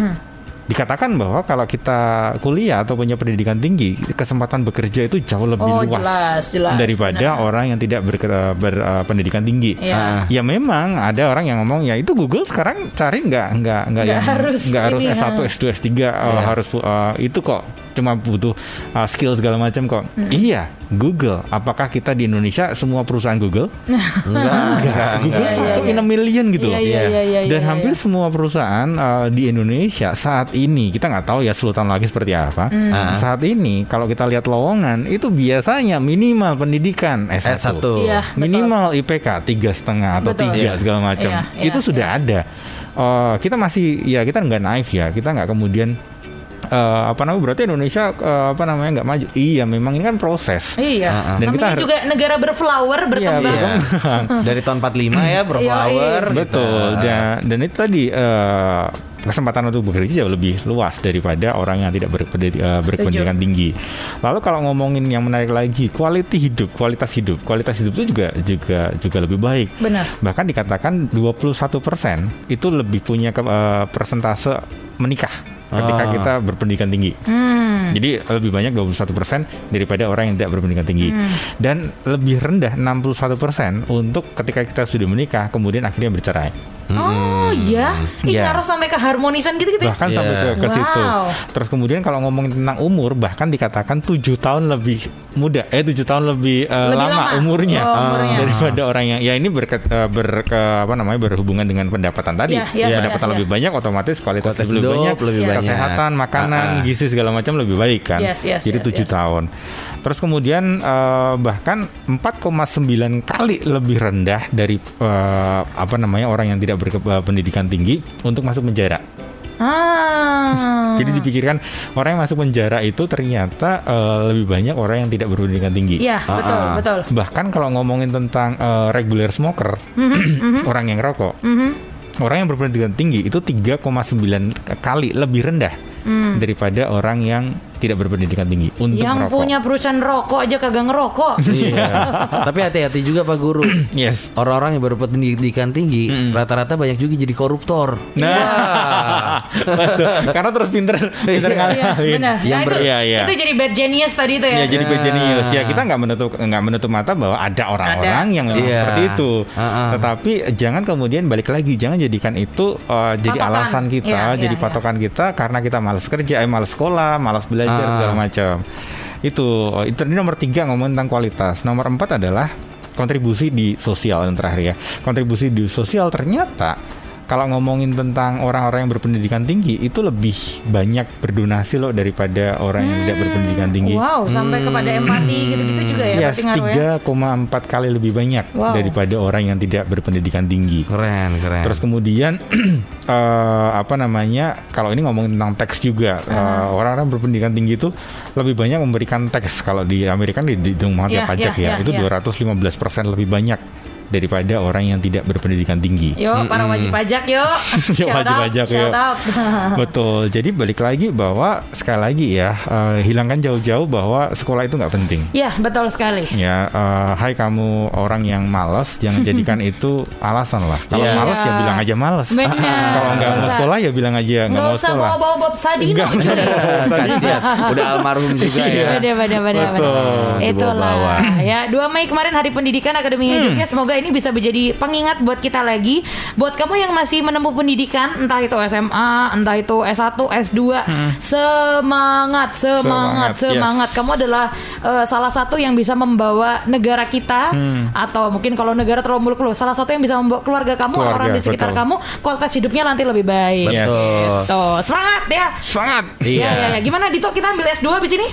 dikatakan bahwa kalau kita kuliah atau punya pendidikan tinggi, kesempatan bekerja itu jauh lebih Oh, luas jelas, jelas, daripada benar. orang yang tidak berpendidikan ber, uh, pendidikan tinggi. Iya. Ya memang ada orang yang ngomong ya itu Google sekarang cari nggak nggak nggak Nggak yang harus nggak harus ini, S satu, ha. S dua, S tiga uh, harus uh, itu kok cuma butuh uh, skill segala macam kok. Iya, Google. Apakah kita di Indonesia semua perusahaan Google? Enggak. Google Iya, satu iya, in a million gitu Iya, loh. iya, iya, iya, Dan iya, hampir iya. semua perusahaan uh, di Indonesia saat ini, kita nggak tahu ya sepuluh tahun lagi seperti apa. Ah. Saat ini kalau kita lihat lowongan itu biasanya minimal pendidikan S S satu. satu. Iya, betul. Minimal I P K tiga setengah atau Betul. tiga Iya. segala macam. Iya, iya, Itu sudah ada. Uh, kita masih ya kita nggak naif ya. Kita nggak kemudian uh, apa namanya berarti Indonesia uh, apa namanya nggak maju. Iya, memang ini kan proses. Iya. Dan Namanya kita har- juga negara berflower, berkembang. Iya, Dari tahun empat puluh lima ya berflower. Iya, Betul. gitu. Dan, dan itu tadi uh, kesempatan untuk bekerja jauh lebih luas daripada orang yang tidak berpendid- uh, berpendidikan tinggi. Lalu kalau ngomongin yang menarik lagi, quality hidup, kualitas hidup, kualitas hidup itu juga juga juga lebih baik. Benar. Bahkan dikatakan dua puluh satu persen itu lebih punya ke, uh, persentase menikah ketika Ah. kita berpendidikan tinggi. Hmm. Jadi lebih banyak dua puluh satu persen daripada orang yang tidak berpendidikan tinggi. Dan lebih rendah enam puluh satu persen untuk ketika kita sudah menikah kemudian akhirnya bercerai. Oh iya, ini Iya. ngaruh sampai ke harmonisan gitu-gitu ya? Bahkan Iya. sampai ke, ke Wow. situ. Terus kemudian kalau ngomongin tentang umur, bahkan dikatakan tujuh tahun lebih muda, eh tujuh tahun lebih, uh, Lebih lama, lama. umurnya, Oh, umurnya. uh, daripada orang yang ya ini berket, uh, ber, ke- apa namanya berhubungan dengan pendapatan tadi. Iya, iya, pendapatan iya, lebih iya. banyak, otomatis kualitas, Kualitas lebih hidup banyak, lebih banyak. kesehatan, makanan, Ah, ah. gizi segala macam lebih baik kan. Yes, yes, Jadi yes, tujuh yes. tahun. Terus kemudian uh, bahkan empat koma sembilan kali lebih rendah dari uh, apa namanya orang yang tidak berpendidikan tinggi untuk masuk penjara. Ah. Jadi dipikirkan orang yang masuk penjara itu ternyata uh, lebih banyak orang yang tidak berpendidikan tinggi. Iya, betul, Ah, ah. betul. Bahkan kalau ngomongin tentang uh, regular smoker, orang yang rokok, orang yang berpendidikan tinggi itu tiga koma sembilan kali lebih rendah daripada orang yang tidak berpendidikan tinggi untuk Yang merokok. punya perusahaan rokok aja kagak ngerokok. Iya. Tapi hati-hati juga Pak Guru. Yes. Orang-orang yang baru pendidikan tinggi rata-rata banyak juga jadi koruptor. Nah, betul. Karena terus pinter pinter Iya, ngalahin. benar. Yang Nah, ber- itu, iya, iya. itu jadi bad genius tadi itu ya. Ya jadi bad genius. Ya kita nggak menutup nggak menutup mata bahwa ada orang-orang Ada. yang memang Iya. seperti itu. Uh-uh. Tetapi jangan kemudian balik lagi, jangan jadikan itu uh, jadi Patokan. alasan kita, Iya, jadi iya, patokan kita karena kita malas kerja, eh, malas sekolah, malas belajar Ah. segala macam. Itu itu ini nomor tiga ngomongin tentang kualitas. Nomor empat adalah kontribusi di sosial yang terakhir ya. Kontribusi di sosial ternyata kalau ngomongin tentang orang-orang yang berpendidikan tinggi itu lebih banyak berdonasi loh daripada orang yang tidak berpendidikan tinggi. Wow, sampai kepada empati gitu-gitu juga ya. Yes, berarti ngaruh ya. tiga koma empat kali lebih banyak Wow. daripada orang yang tidak berpendidikan tinggi. Keren, keren. Terus kemudian eh, apa namanya? Kalau ini ngomongin tentang teks juga, eh, orang-orang berpendidikan tinggi itu lebih banyak memberikan teks. Kalau di Amerika di dihitung banget ya Iya, pajak iya, ya, iya, itu iya. dua ratus lima belas persen lebih banyak daripada orang yang tidak berpendidikan tinggi. Yuk, para wajib pajak yuk. Yuk, Shout wajib out, pajak, shout yuk. out. Betul. Jadi balik lagi bahwa sekali lagi ya, eh, hilangkan jauh-jauh bahwa sekolah itu nggak penting. Ya, betul sekali. Ya, eh, hai kamu orang yang malas, jangan jadikan itu alasan lah. Kalau Iya. malas ya bilang aja malas. Benar. Kalau nggak Nggak mau usah. sekolah ya bilang aja nggak Nggak mau usah sekolah. bawa-bawa Bob Sadino. Nggak usah bawa-bawa Sadino. Kasihan, udah almarhum juga ya. Benar, benar, benar, Betul, benar. dibawa-bawa. Itulah ya. dua Mei kemarin Hari Pendidikan Akademi Jogja. Semoga ini bisa menjadi pengingat buat kita lagi. Buat kamu yang masih menempuh pendidikan, entah itu S M A, entah itu S satu, S dua, semangat, semangat, Semangat, semangat. yes. Kamu adalah eh, salah satu yang bisa membawa negara kita, atau mungkin kalau negara terlalu muluk-muluk, salah satu yang bisa membawa keluarga kamu, Keluarga, orang di sekitar betul. kamu, kualitas hidupnya nanti lebih baik. Yes. Betul. Tuh, semangat ya. Semangat. Iya. Ya, ya, ya. Gimana Dito, kita ambil S dua abis ini?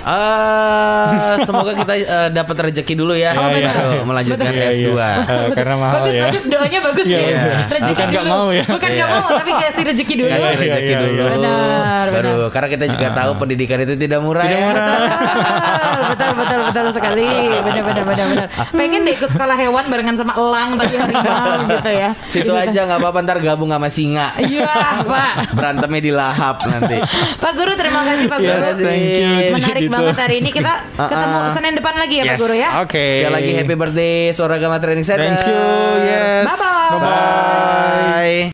Eh, semoga kita eh, dapat rezeki dulu ya. Oh, benar. Baru melanjutkan Iya, S dua. iya. Eh, karena mahal bagus, ya. bagus, doanya bagus Iya, ya. iya. Rezeki Bukan nggak dulu. mau ya. Bukan nggak Iya. mau, tapi kasih rezeki dulu. Kasih Iya, rezeki iya, dulu. iya. Benar, Baru benar. karena kita juga tahu pendidikan itu tidak murah ya. Betul, betul, betul, betul sekali. Benar, benar, benar, benar. Pengen deh ikut sekolah hewan barengan sama elang tadi harimau gitu ya. Situ aja nggak apa-apa, ntar gabung sama singa. Iya, Pak. Berantemnya di lahap nanti. Pak Guru, terima kasih Pak Guru. Yes, thank you. Menarik Dito. banget hari ini. Kita ketemu Uh-uh. Senin depan lagi ya Pak Yes, Guru ya. Oke. Sekali lagi happy birthday Suara Gama Training Center. Thank you. Yes. Bye-bye. Bye-bye. Bye.